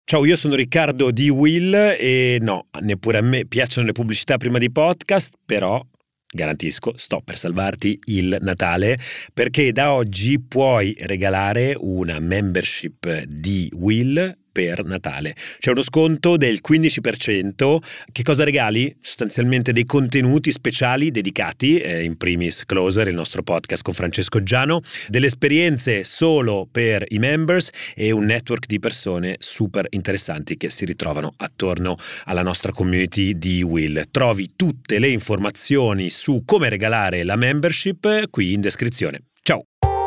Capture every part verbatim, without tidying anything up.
Ciao, io sono Riccardo di Will e no, neppure a me piacciono le pubblicità prima di podcast, però garantisco, sto per salvarti il Natale, perché da oggi puoi regalare una membership di Will per Natale. C'è uno sconto del quindici per cento. Che cosa regali? Sostanzialmente dei contenuti speciali dedicati, eh, in primis Closer, il nostro podcast con Francesco Giano, delle esperienze solo per i members e un network di persone super interessanti che si ritrovano attorno alla nostra community di Will. Trovi tutte le informazioni su come regalare la membership qui in descrizione. Ciao!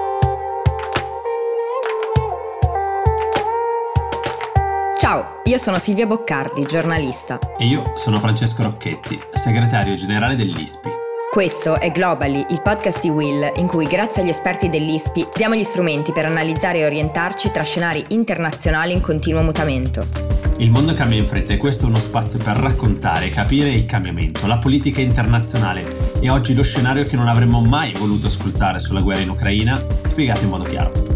Ciao, io sono Silvia Boccardi, giornalista. E io sono Francesco Rocchetti, segretario generale dell'I S P I. Questo è Globally, il podcast di Will, in cui grazie agli esperti dell'I S P I diamo gli strumenti per analizzare e orientarci tra scenari internazionali in continuo mutamento. Il mondo cambia in fretta e questo è uno spazio per raccontare e capire il cambiamento, la politica internazionale e oggi lo scenario che non avremmo mai voluto ascoltare sulla guerra in Ucraina, spiegato in modo chiaro.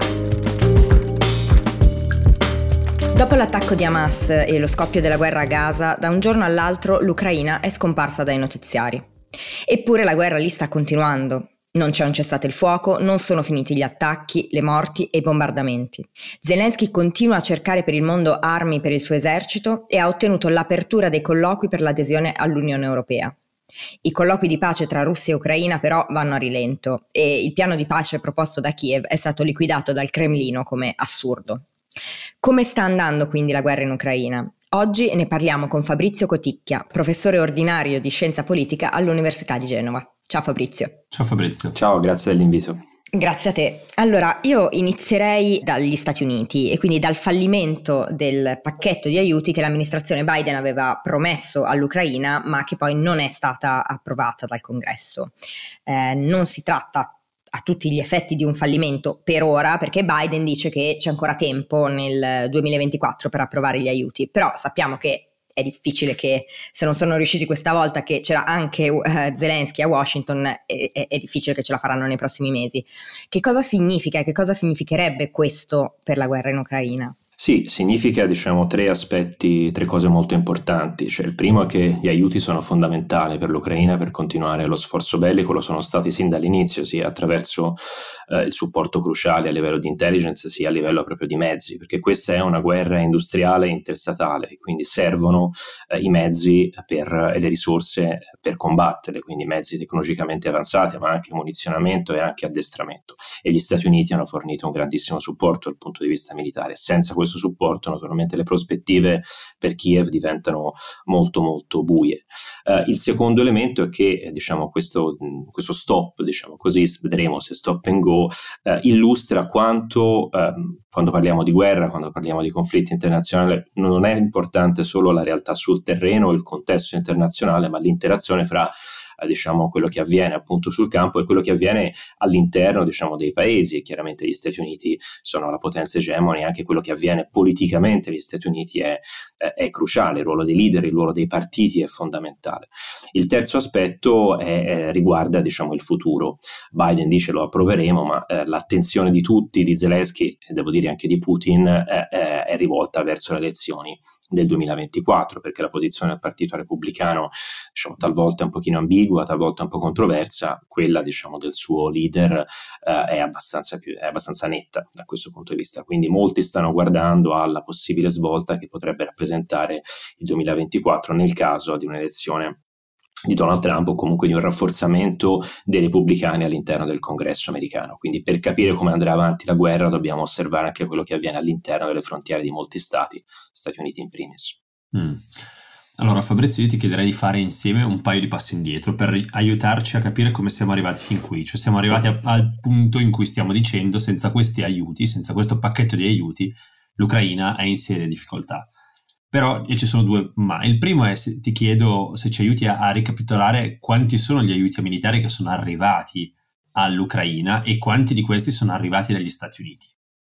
Dopo l'attacco di Hamas e lo scoppio della guerra a Gaza, da un giorno all'altro l'Ucraina è scomparsa dai notiziari. Eppure la guerra lì sta continuando. Non c'è un cessate il fuoco, non sono finiti gli attacchi, le morti e i bombardamenti. Zelensky continua a cercare per il mondo armi per il suo esercito e ha ottenuto l'apertura dei colloqui per l'adesione all'Unione Europea. I colloqui di pace tra Russia e Ucraina però vanno a rilento e il piano di pace proposto da Kiev è stato liquidato dal Cremlino come assurdo. Come sta andando quindi la guerra in Ucraina? Oggi ne parliamo con Fabrizio Coticchia, professore ordinario di scienza politica all'Università di Genova. Ciao Fabrizio. Ciao Fabrizio. Ciao, grazie dell'invito. Grazie a te. Allora, io inizierei dagli Stati Uniti e quindi dal fallimento del pacchetto di aiuti che l'amministrazione Biden aveva promesso all'Ucraina, ma che poi non è stata approvata dal Congresso. Eh, non si tratta a tutti gli effetti di un fallimento per ora, perché Biden dice che c'è ancora tempo nel duemilaventiquattro per approvare gli aiuti, però sappiamo che è difficile che, se non sono riusciti questa volta, che c'era anche uh, Zelensky a Washington, è, è, è difficile che ce la faranno nei prossimi mesi. Che cosa significa e che cosa significherebbe questo per la guerra in Ucraina? Sì, significa diciamo tre aspetti, tre cose molto importanti. Cioè, il primo è che gli aiuti sono fondamentali per l'Ucraina per continuare lo sforzo bellico, lo sono stati sin dall'inizio, sia attraverso eh, il supporto cruciale a livello di intelligence, sia a livello proprio di mezzi, perché questa è una guerra industriale interstatale, quindi servono eh, i mezzi per, e le risorse per combattere, quindi mezzi tecnologicamente avanzati, ma anche munizionamento e anche addestramento. E gli Stati Uniti hanno fornito un grandissimo supporto dal punto di vista militare. Senza questo supporto naturalmente le prospettive per Kiev diventano molto molto buie. Uh, il secondo elemento è che diciamo questo, questo stop, diciamo così, vedremo se stop and go, uh, illustra quanto um, quando parliamo di guerra, quando parliamo di conflitti internazionali, non è importante solo la realtà sul terreno, il contesto internazionale, ma l'interazione fra diciamo quello che avviene appunto sul campo e quello che avviene all'interno diciamo dei paesi. E chiaramente gli Stati Uniti sono la potenza egemone, e anche quello che avviene politicamente negli Stati Uniti è, è, è cruciale. Il ruolo dei leader, il ruolo dei partiti è fondamentale. Il terzo aspetto è, è, riguarda diciamo il futuro. Biden dice lo approveremo, ma eh, l'attenzione di tutti, di Zelensky e devo dire anche di Putin eh, eh, è rivolta verso le elezioni del duemilaventiquattro, perché la posizione del partito repubblicano diciamo talvolta è un pochino ambigua, talvolta un po' controversa. Quella diciamo del suo leader eh, è abbastanza più, è abbastanza netta da questo punto di vista, quindi molti stanno guardando alla possibile svolta che potrebbe rappresentare il duemilaventiquattro nel caso di un'elezione di Donald Trump o comunque di un rafforzamento dei repubblicani all'interno del Congresso americano. Quindi per capire come andrà avanti la guerra dobbiamo osservare anche quello che avviene all'interno delle frontiere di molti stati, Stati Uniti in primis. Mm. Allora Fabrizio, io ti chiederei di fare insieme un paio di passi indietro per aiutarci a capire come siamo arrivati fin qui. Cioè siamo arrivati a, al punto in cui stiamo dicendo senza questi aiuti, senza questo pacchetto di aiuti, l'Ucraina è in serie difficoltà. Però ci sono due ma. Il primo è, se, ti chiedo se ci aiuti a, a ricapitolare quanti sono gli aiuti militari che sono arrivati all'Ucraina e quanti di questi sono arrivati dagli Stati Uniti.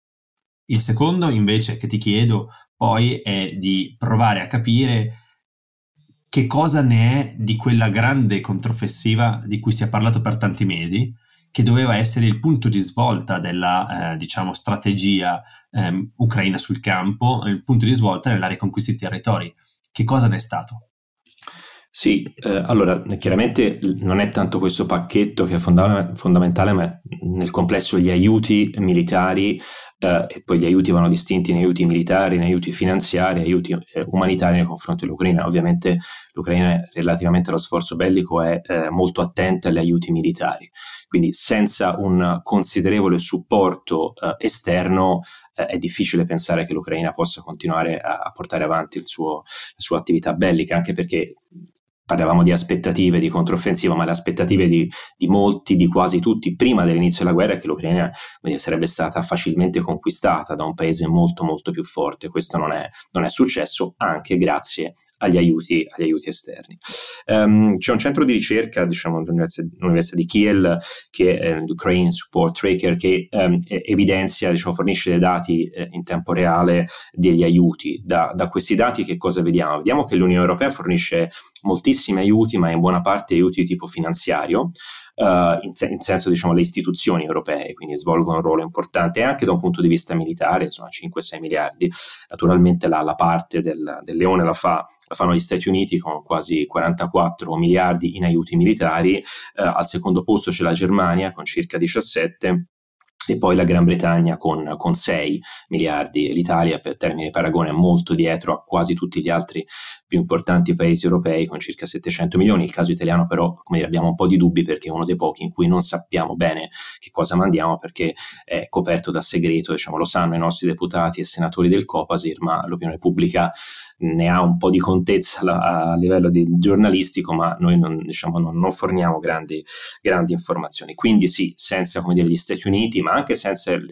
Il secondo invece che ti chiedo poi è di provare a capire che cosa ne è di quella grande controffensiva di cui si è parlato per tanti mesi, che doveva essere il punto di svolta della eh, diciamo strategia eh, ucraina sul campo, il punto di svolta nella riconquista di territori. Che cosa ne è stato? Sì, eh, allora chiaramente non è tanto questo pacchetto che è fonda- fondamentale, ma nel complesso gli aiuti militari, eh, e poi gli aiuti vanno distinti in aiuti militari, in aiuti finanziari, aiuti eh, umanitari nei confronti dell'Ucraina. Ovviamente l'Ucraina relativamente allo sforzo bellico è eh, molto attenta agli aiuti militari, quindi senza un considerevole supporto eh, esterno eh, è difficile pensare che l'Ucraina possa continuare a, a portare avanti il suo, la sua attività bellica, anche perché parlavamo di aspettative di controffensiva, ma le aspettative di, di molti, di quasi tutti, prima dell'inizio della guerra, è che l'Ucraina dire, sarebbe stata facilmente conquistata da un paese molto molto più forte. Questo non è, non è successo, anche grazie agli aiuti, agli aiuti esterni. Um, c'è un centro di ricerca, diciamo, l'Università di Kiel, che è l'Ukraine Support Tracker, che um, evidenzia, diciamo, fornisce dei dati eh, in tempo reale degli aiuti. Da, da questi dati che cosa vediamo? Vediamo che l'Unione Europea fornisce moltissimi aiuti, ma in buona parte aiuti di tipo finanziario, Uh, in, in senso, diciamo, le istituzioni europee quindi svolgono un ruolo importante, e anche da un punto di vista militare, sono cinque sei miliardi. Naturalmente la, la parte del, del leone la, fa, la fanno gli Stati Uniti con quasi quarantaquattro miliardi in aiuti militari, uh, al secondo posto c'è la Germania con circa diciassette, e poi la Gran Bretagna con, con sei miliardi. L'Italia, per termini di paragone, è molto dietro a quasi tutti gli altri più importanti paesi europei con circa settecento milioni. Il caso italiano però, come dire, abbiamo un po' di dubbi, perché è uno dei pochi in cui non sappiamo bene che cosa mandiamo, perché è coperto da segreto, diciamo, lo sanno i nostri deputati e senatori del Copasir, ma l'opinione pubblica ne ha un po' di contezza a, a livello di giornalistico, ma noi non, diciamo, non, non forniamo grandi, grandi informazioni. Quindi sì, senza, come dire, gli Stati Uniti, ma anche senza il,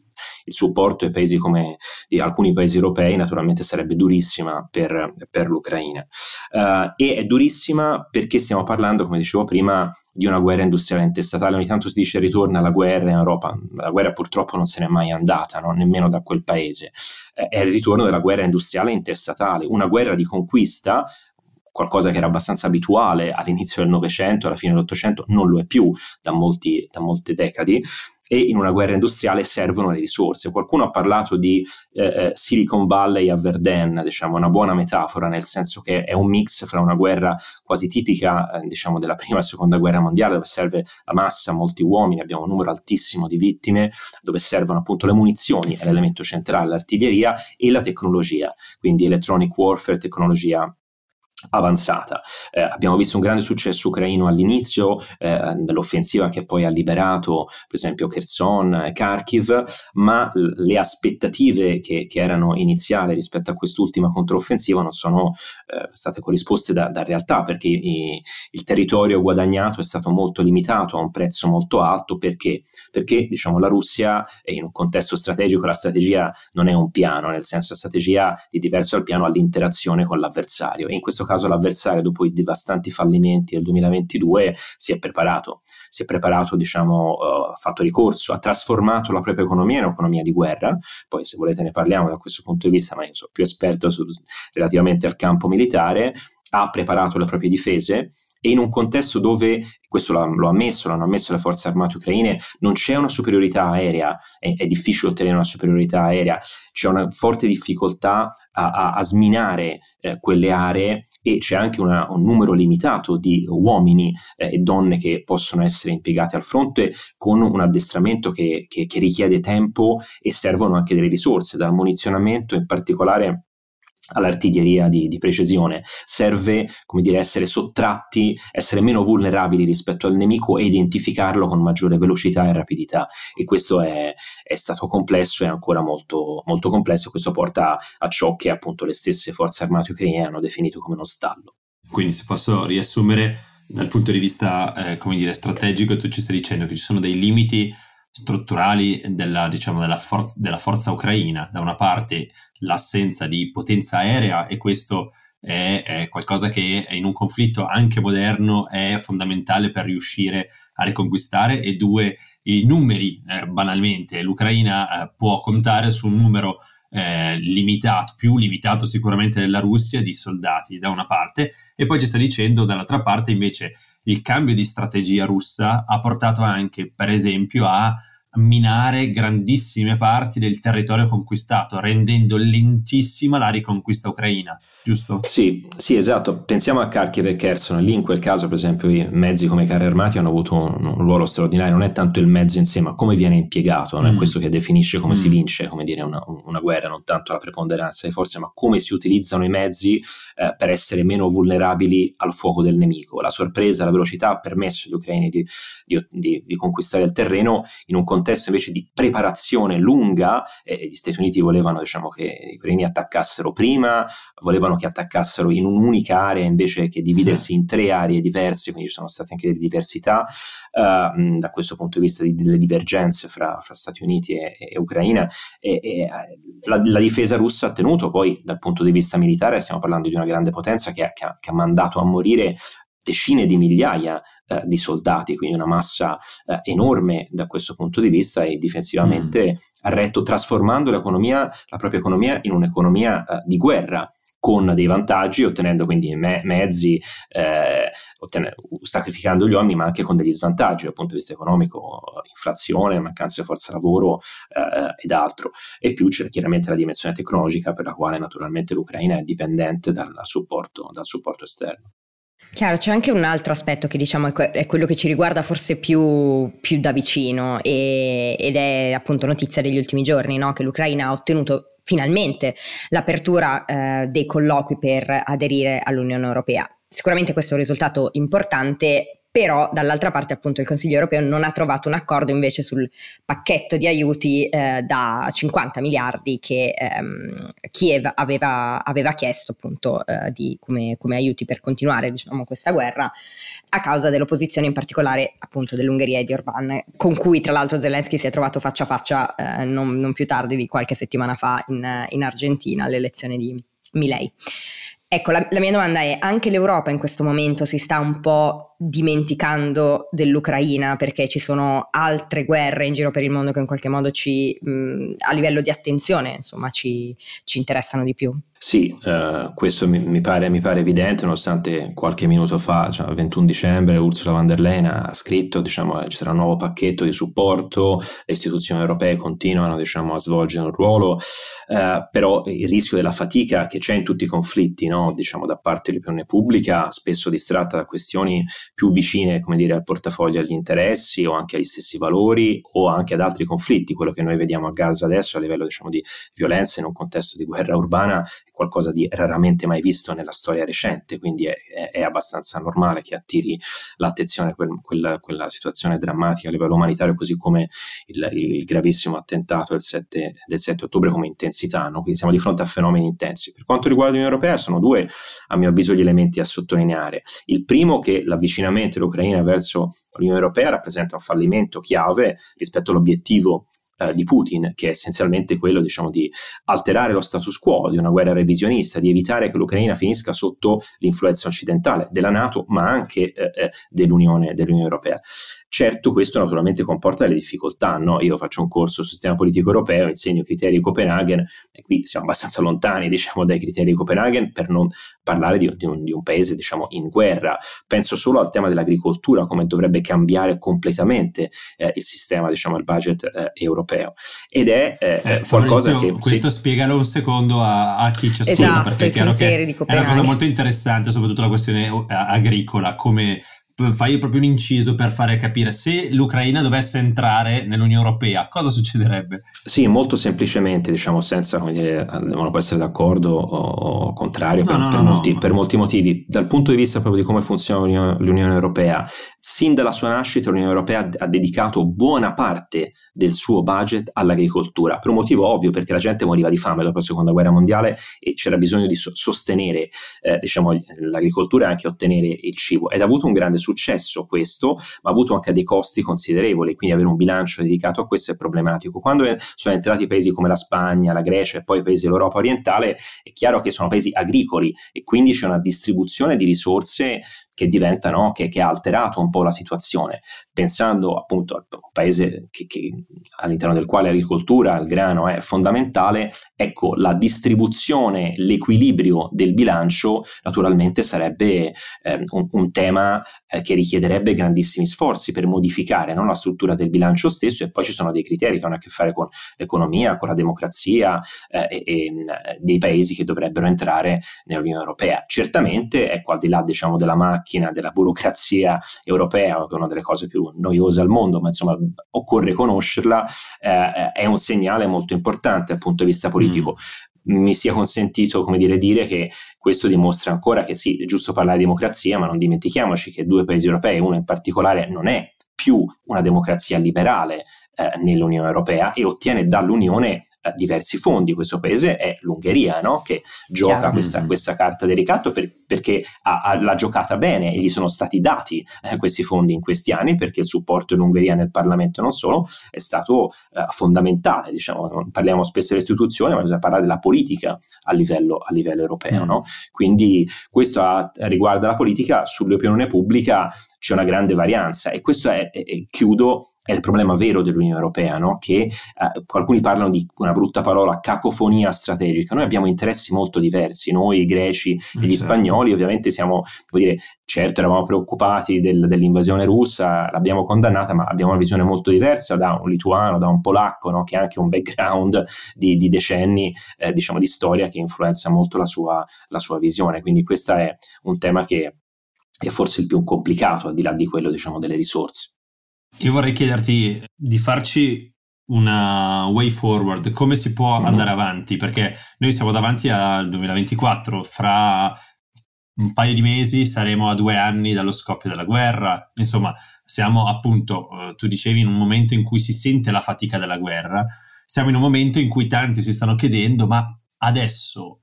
il supporto ai paesi come di alcuni paesi europei, naturalmente sarebbe durissima per, per l'Ucraina. Uh, e è durissima perché stiamo parlando, come dicevo prima, di una guerra industriale interstatale. Ogni tanto si dice ritorna la guerra in Europa, la guerra purtroppo non se n'è mai andata, no? Nemmeno da quel paese. Eh, è il ritorno della guerra industriale interstatale, una guerra di conquista, qualcosa che era abbastanza abituale all'inizio del Novecento, alla fine dell'Ottocento, non lo è più da, molti, da molte decadi, e in una guerra industriale servono le risorse. Qualcuno ha parlato di eh, Silicon Valley a Verdun, diciamo, una buona metafora, nel senso che è un mix fra una guerra quasi tipica, eh, diciamo, della prima e seconda guerra mondiale, dove serve la massa, molti uomini, abbiamo un numero altissimo di vittime, dove servono appunto le munizioni, è l'elemento centrale, l'artiglieria e la tecnologia, quindi electronic warfare, tecnologia avanzata. Eh, abbiamo visto un grande successo ucraino all'inizio eh, dell'offensiva, che poi ha liberato per esempio Kherson e Kharkiv, ma l- le aspettative che, che erano iniziali rispetto a quest'ultima controffensiva non sono eh, state corrisposte da, da realtà, perché i, il territorio guadagnato è stato molto limitato a un prezzo molto alto. Perché? Perché, diciamo, la Russia è in un contesto strategico, la strategia non è un piano, nel senso la strategia è diverso dal piano all'interazione con l'avversario, e in questo caso l'avversario, dopo i devastanti fallimenti del duemilaventidue, si è preparato, si è preparato, diciamo, uh, ha fatto ricorso, ha trasformato la propria economia in un'economia di guerra. Poi, se volete, ne parliamo da questo punto di vista, ma io sono più esperto su, relativamente al campo militare. Ha preparato le proprie difese, e in un contesto dove, questo lo, lo ha ammesso, l'hanno ammesso le forze armate ucraine, non c'è una superiorità aerea, è, è difficile ottenere una superiorità aerea, c'è una forte difficoltà a, a, a sminare eh, quelle aree, e c'è anche una, un numero limitato di uomini eh, e donne che possono essere impiegati al fronte, con un addestramento che, che, che richiede tempo, e servono anche delle risorse, dal munizionamento in particolare all'artiglieria di, di precisione. Serve, come dire, essere sottratti, essere meno vulnerabili rispetto al nemico e identificarlo con maggiore velocità e rapidità, e questo è, è stato complesso, è ancora molto, molto complesso, e questo porta a, a ciò che appunto le stesse forze armate ucraine hanno definito come uno stallo. Quindi, se posso riassumere, dal punto di vista eh, come dire strategico, tu ci stai dicendo che ci sono dei limiti strutturali della, diciamo, della, for- della forza ucraina. Da una parte l'assenza di potenza aerea, e questo è, è qualcosa che in un conflitto anche moderno è fondamentale per riuscire a riconquistare, e due, i numeri, eh, banalmente l'Ucraina eh, può contare su un numero eh, limitato, più limitato sicuramente della Russia, di soldati da una parte, e poi ci sta dicendo dall'altra parte invece il cambio di strategia russa ha portato anche, per esempio, a minare grandissime parti del territorio conquistato, rendendo lentissima la riconquista ucraina, giusto? Sì, sì, esatto. Pensiamo a Kharkiv e Kherson. Lì in quel caso, per esempio, i mezzi come i carri armati hanno avuto un, un ruolo straordinario. Non è tanto il mezzo in sé, ma come viene impiegato, non è mm. questo che definisce come mm. si vince, come dire, una, una guerra, non tanto la preponderanza di forze, ma come si utilizzano i mezzi eh, per essere meno vulnerabili al fuoco del nemico. La sorpresa, la velocità ha permesso agli ucraini di, di, di, di conquistare il terreno in un contesto invece di preparazione lunga. Eh, gli Stati Uniti volevano, diciamo, che gli ucraini attaccassero prima, volevano che attaccassero in un'unica area invece che dividersi sì. in tre aree diverse, quindi ci sono state anche delle diversità uh, da questo punto di vista, di, delle divergenze fra, fra Stati Uniti e, e Ucraina, e, e la, la difesa russa ha tenuto. Poi dal punto di vista militare stiamo parlando di una grande potenza che ha, che ha, che ha mandato a morire decine di migliaia eh, di soldati, quindi una massa eh, enorme da questo punto di vista, e difensivamente mm. ha retto, trasformando l'economia, la propria economia in un'economia eh, di guerra, con dei vantaggi, ottenendo quindi me- mezzi, eh, otten- sacrificando gli uomini, ma anche con degli svantaggi dal punto di vista economico, inflazione, mancanza di forza lavoro eh, ed altro. E più c'è chiaramente la dimensione tecnologica, per la quale naturalmente l'Ucraina è dipendente dal supporto, dal supporto esterno. Chiaro, c'è anche un altro aspetto che diciamo è, que- è quello che ci riguarda forse più, più da vicino, e- ed è appunto notizia degli ultimi giorni, no? Che l'Ucraina ha ottenuto finalmente l'apertura eh, dei colloqui per aderire all'Unione Europea. Sicuramente questo è un risultato importante, però dall'altra parte appunto il Consiglio Europeo non ha trovato un accordo invece sul pacchetto di aiuti eh, da cinquanta miliardi che ehm, Kiev aveva, aveva chiesto appunto eh, di, come, come aiuti per continuare, diciamo, questa guerra, a causa dell'opposizione, in particolare appunto dell'Ungheria e di Orbán, con cui tra l'altro Zelensky si è trovato faccia a faccia eh, non, non più tardi di qualche settimana fa in, in Argentina alle elezioni di Milei. Ecco, la, la mia domanda è: anche l'Europa in questo momento si sta un po' dimenticando dell'Ucraina, perché ci sono altre guerre in giro per il mondo che in qualche modo ci, mh, a livello di attenzione, insomma, ci, ci interessano di più? Sì, uh, questo mi, mi, pare, mi pare evidente, nonostante qualche minuto fa, cioè ventuno dicembre, Ursula von der Leyen ha scritto, diciamo, ci sarà un nuovo pacchetto di supporto, le istituzioni europee continuano, diciamo, a svolgere un ruolo, uh, però il rischio della fatica che c'è in tutti i conflitti, no? Diciamo, da parte dell'opinione pubblica, spesso distratta da questioni più vicine, come dire, al portafoglio, agli interessi o anche agli stessi valori, o anche ad altri conflitti. Quello che noi vediamo a Gaza adesso a livello, diciamo, di violenza in un contesto di guerra urbana è qualcosa di raramente mai visto nella storia recente, quindi è, è, è abbastanza normale che attiri l'attenzione quel, quella, quella situazione drammatica a livello umanitario, così come il, il gravissimo attentato del sette, del sette ottobre come intensità, no? Quindi siamo di fronte a fenomeni intensi. Per quanto riguarda l'Unione Europea, sono due, a mio avviso, gli elementi a sottolineare. Il primo, che l'avvicinamento dell'Ucraina verso l'Unione Europea rappresenta un fallimento chiave rispetto all'obiettivo di Putin, che è essenzialmente quello, diciamo, di alterare lo status quo, di una guerra revisionista, di evitare che l'Ucraina finisca sotto l'influenza occidentale, della NATO, ma anche eh, dell'Unione, dell'Unione Europea. Certo, questo naturalmente comporta delle difficoltà, no? Io faccio un corso sul sistema politico europeo, insegno i criteri di Copenaghen, e qui siamo abbastanza lontani, diciamo, dai criteri di Copenaghen, per non parlare di, di, un, di un paese, diciamo, in guerra. Penso solo al tema dell'agricoltura, come dovrebbe cambiare completamente eh, il sistema, diciamo, il budget eh, europeo. Ed è eh, eh, qualcosa che... Questo sì. Spiegalo un secondo a, a chi ci ascolta, esatto, perché è chiaro che è una cosa molto interessante, soprattutto la questione agricola, come... fai proprio un inciso per fare capire: se l'Ucraina dovesse entrare nell'Unione Europea, cosa succederebbe? Sì, molto semplicemente, diciamo, senza, come dire, non può essere d'accordo o contrario, no, per, no, per, no, molti, no. per molti motivi. Dal punto di vista proprio di come funziona l'Unione Europea, sin dalla sua nascita l'Unione Europea ha dedicato buona parte del suo budget all'agricoltura, per un motivo ovvio, perché la gente moriva di fame dopo la seconda guerra mondiale e c'era bisogno di sostenere eh, diciamo, l'agricoltura e anche ottenere il cibo, ed ha avuto un grande successo successo questo, ma ha avuto anche dei costi considerevoli, quindi avere un bilancio dedicato a questo è problematico. Quando sono entrati paesi come la Spagna, la Grecia e poi i paesi dell'Europa orientale, è chiaro che sono paesi agricoli e quindi c'è una distribuzione di risorse che diventa, no, che, che ha alterato un po' la situazione, pensando appunto a un paese che, che, all'interno del quale l'agricoltura, il grano è fondamentale. Ecco, la distribuzione, l'equilibrio del bilancio naturalmente sarebbe eh, un, un tema eh, che richiederebbe grandissimi sforzi per modificare, no, la struttura del bilancio stesso, e poi ci sono dei criteri che hanno a che fare con l'economia, con la democrazia eh, e, e dei paesi che dovrebbero entrare nell'Unione Europea. Certamente, ecco, al di là, diciamo, della macchina, della burocrazia europea, che è una delle cose più noiose al mondo, ma insomma occorre conoscerla, eh, è un segnale molto importante dal punto di vista politico. Mm. Mi sia consentito, come dire, dire che questo dimostra ancora che sì, è giusto parlare di democrazia, ma non dimentichiamoci che due paesi europei, uno in particolare, non è più una democrazia liberale eh, nell'Unione Europea e ottiene dall'Unione eh, diversi fondi. Questo paese è l'Ungheria, no? Che gioca questa, questa carta del ricatto per, perché ha, ha, l'ha giocata bene e gli sono stati dati eh, questi fondi in questi anni, perché il supporto dell'Ungheria nel Parlamento non solo è stato eh, fondamentale. Diciamo, non parliamo spesso delle istituzioni, ma bisogna parlare della politica a livello, a livello europeo. Mm. No? Quindi questo ha, riguarda la politica. Sull'opinione pubblica c'è una grande varianza, e questo è, è, è chiudo, è il problema vero dell'Unione Europea, no? Che eh, alcuni parlano di una brutta parola, cacofonia strategica. Noi abbiamo interessi molto diversi, noi i greci e gli certo. spagnoli ovviamente siamo, vuol dire, certo eravamo preoccupati del, dell'invasione russa, l'abbiamo condannata, ma abbiamo una visione molto diversa da un lituano, da un polacco, no? Che ha anche un background di, di decenni eh, diciamo di storia che influenza molto la sua, la sua visione. Quindi questo è un tema che è forse il più complicato, al di là di quello, diciamo, delle risorse. Io vorrei chiederti di farci una way forward, come si può mm-hmm. andare avanti, perché noi siamo davanti al duemilaventiquattro, fra un paio di mesi saremo a due anni dallo scoppio della guerra, insomma siamo appunto, eh, tu dicevi, in un momento in cui si sente la fatica della guerra, siamo in un momento in cui tanti si stanno chiedendo, ma adesso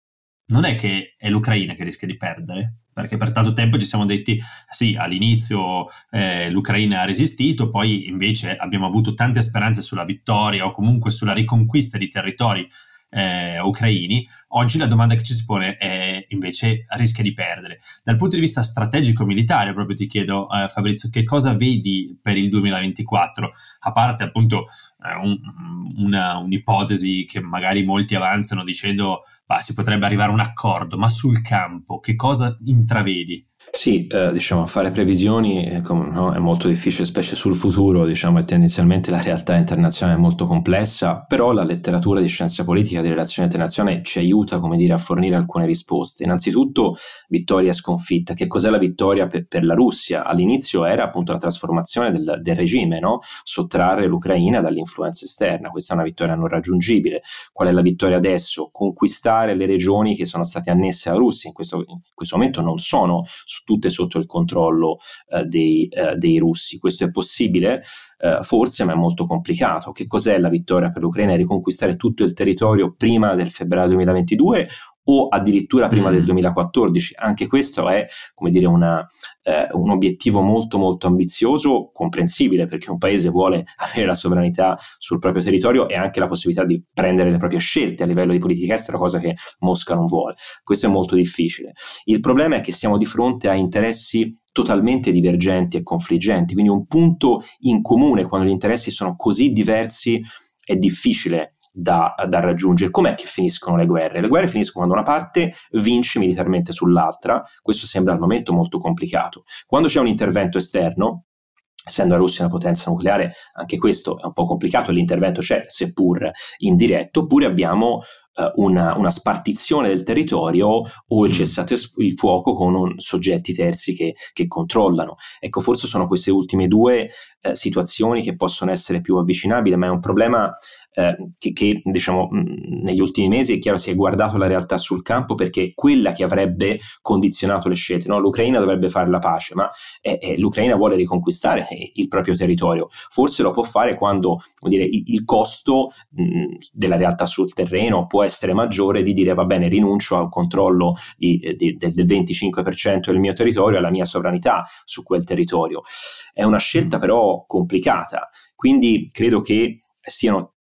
non è che è l'Ucraina che rischia di perdere? Perché per tanto tempo ci siamo detti, sì, all'inizio eh, l'Ucraina ha resistito, poi invece abbiamo avuto tante speranze sulla vittoria o comunque sulla riconquista di territori eh, ucraini. Oggi la domanda che ci si pone è invece rischia di perdere. Dal punto di vista strategico-militare, proprio ti chiedo, eh, Fabrizio, che cosa vedi per il duemilaventiquattro? A parte appunto eh, un, una, un'ipotesi che magari molti avanzano dicendo bah, si potrebbe arrivare a un accordo, ma sul campo che cosa intravedi? Sì, eh, diciamo, fare previsioni eh, com- no, è molto difficile, specie sul futuro, diciamo, e tendenzialmente la realtà internazionale è molto complessa, però la letteratura di scienza politica, di relazioni internazionali ci aiuta, come dire, a fornire alcune risposte. Innanzitutto, vittoria e sconfitta. Che cos'è la vittoria per, per la Russia? All'inizio era appunto la trasformazione del, del regime, no? Sottrarre l'Ucraina dall'influenza esterna. Questa è una vittoria non raggiungibile. Qual è la vittoria adesso? Conquistare le regioni che sono state annesse alla Russia. In questo, in questo momento non sono tutte sotto il controllo eh, dei, eh, dei russi. Questo è possibile? Eh, forse, ma è molto complicato. Che cos'è la vittoria per l'Ucraina? È riconquistare tutto il territorio prima del febbraio duemilaventidue o addirittura prima mm. del duemilaquattordici? Anche questo è, come dire, una, eh, un obiettivo molto molto ambizioso, comprensibile, perché un paese vuole avere la sovranità sul proprio territorio e anche la possibilità di prendere le proprie scelte a livello di politica estera, cosa che Mosca non vuole. Questo è molto difficile. Il problema è che siamo di fronte a interessi totalmente divergenti e confliggenti, quindi un punto in comune quando gli interessi sono così diversi è difficile Da, da raggiungere. Com'è che finiscono le guerre? Le guerre finiscono quando una parte vince militarmente sull'altra. Questo sembra al momento molto complicato. Quando c'è un intervento esterno, essendo la Russia una potenza nucleare, anche questo è un po' complicato, l'intervento c'è, seppur indiretto, oppure abbiamo uh, una, una spartizione del territorio o il cessate il fuoco con un, soggetti terzi che, che controllano. Ecco, forse sono queste ultime due uh, situazioni che possono essere più avvicinabili, ma è un problema Eh, che, che diciamo mh, negli ultimi mesi è chiaro si è guardato la realtà sul campo, perché è quella che avrebbe condizionato le scelte, no? L'Ucraina dovrebbe fare la pace, ma eh, eh, l'Ucraina vuole riconquistare eh, il proprio territorio. Forse lo può fare quando, vuol dire, il, il costo mh, della realtà sul terreno può essere maggiore di dire va bene, rinuncio al controllo di, di, del, del venticinque per cento del mio territorio e alla mia sovranità su quel territorio. È una scelta però complicata, quindi credo che siano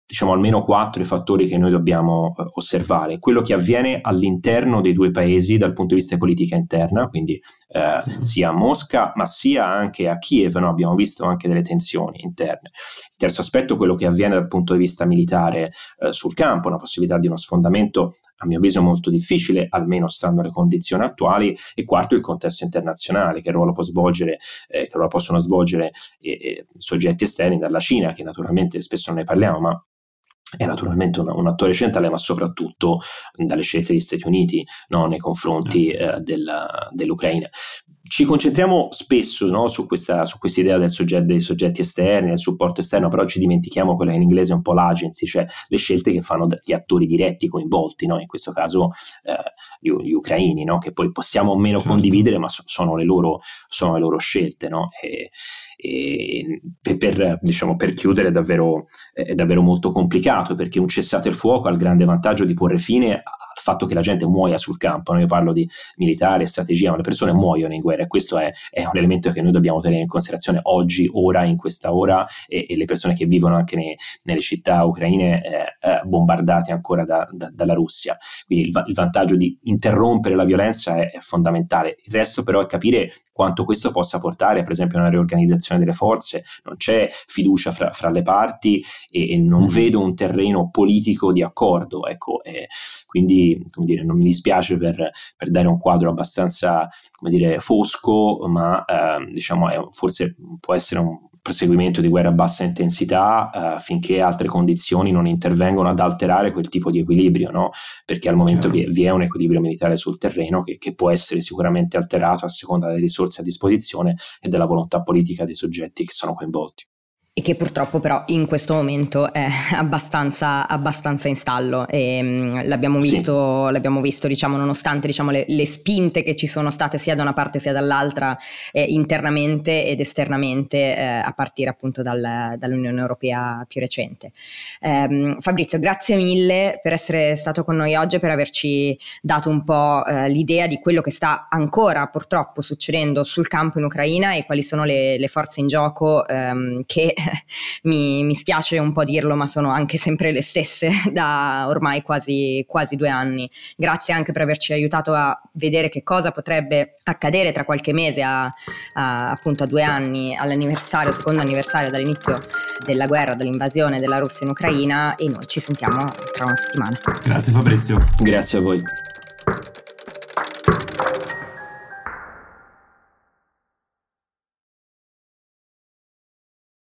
diciamo almeno quattro i fattori che noi dobbiamo eh, osservare. Quello che avviene all'interno dei due paesi dal punto di vista di politica interna, quindi eh, sì. sia a Mosca ma sia anche a Kiev, no? Abbiamo visto anche delle tensioni interne. Il terzo aspetto è quello che avviene dal punto di vista militare eh, sul campo, una possibilità di uno sfondamento a mio avviso molto difficile, almeno stando alle condizioni attuali. E quarto, il contesto internazionale, che ruolo può svolgere, eh, che ruolo possono svolgere eh, eh, soggetti esterni dalla Cina, che naturalmente spesso non ne parliamo, ma è naturalmente un, un attore centrale, ma soprattutto dalle scelte degli Stati Uniti, no, nei confronti yes. eh, della, dell'Ucraina. Ci concentriamo spesso, no, su questa su questa idea del soggetto, dei soggetti esterni, del supporto esterno, però ci dimentichiamo quella che in inglese è un po' l'agency, cioè le scelte che fanno gli attori diretti coinvolti, no? In questo caso eh, gli, gli ucraini, no? Che poi possiamo o meno certo. condividere, ma so, sono le loro sono le loro scelte, no? E, e per, per diciamo per chiudere è davvero è davvero molto complicato, perché un cessate il fuoco ha il grande vantaggio di porre fine a il fatto che la gente muoia sul campo, no? Io parlo di militare, strategia, ma le persone muoiono in guerra, e questo è, è un elemento che noi dobbiamo tenere in considerazione oggi, ora, in questa ora, e, e le persone che vivono anche nei, nelle città ucraine eh, eh, bombardate ancora da, da, dalla Russia. Quindi il, il vantaggio di interrompere la violenza è, è fondamentale. Il resto però è capire quanto questo possa portare, per esempio, a una riorganizzazione delle forze. Non c'è fiducia fra, fra le parti e, e non mm. vedo un terreno politico di accordo, ecco, eh, quindi come dire, non mi dispiace per, per dare un quadro abbastanza, come dire, fosco, ma eh, diciamo è, forse può essere un proseguimento di guerra a bassa intensità eh, finché altre condizioni non intervengono ad alterare quel tipo di equilibrio, no? Perché al momento vi, vi è un equilibrio militare sul terreno che, che può essere sicuramente alterato a seconda delle risorse a disposizione e della volontà politica dei soggetti che sono coinvolti. E che purtroppo però in questo momento è abbastanza, abbastanza in stallo, e mh, l'abbiamo visto, sì. l'abbiamo visto diciamo, nonostante diciamo, le, le spinte che ci sono state sia da una parte sia dall'altra, eh, internamente ed esternamente, eh, a partire appunto dal, dall'Unione Europea più recente. Eh, Fabrizio, grazie mille per essere stato con noi oggi e per averci dato un po' eh, l'idea di quello che sta ancora purtroppo succedendo sul campo in Ucraina e quali sono le, le forze in gioco ehm, che Mi, mi spiace un po' dirlo, ma sono anche sempre le stesse da ormai quasi, quasi due anni. Grazie anche per averci aiutato a vedere che cosa potrebbe accadere tra qualche mese, a, a, appunto a due anni, all'anniversario, secondo anniversario dall'inizio della guerra, dall'invasione della Russia in Ucraina, e noi ci sentiamo tra una settimana. Grazie Fabrizio. Grazie a voi.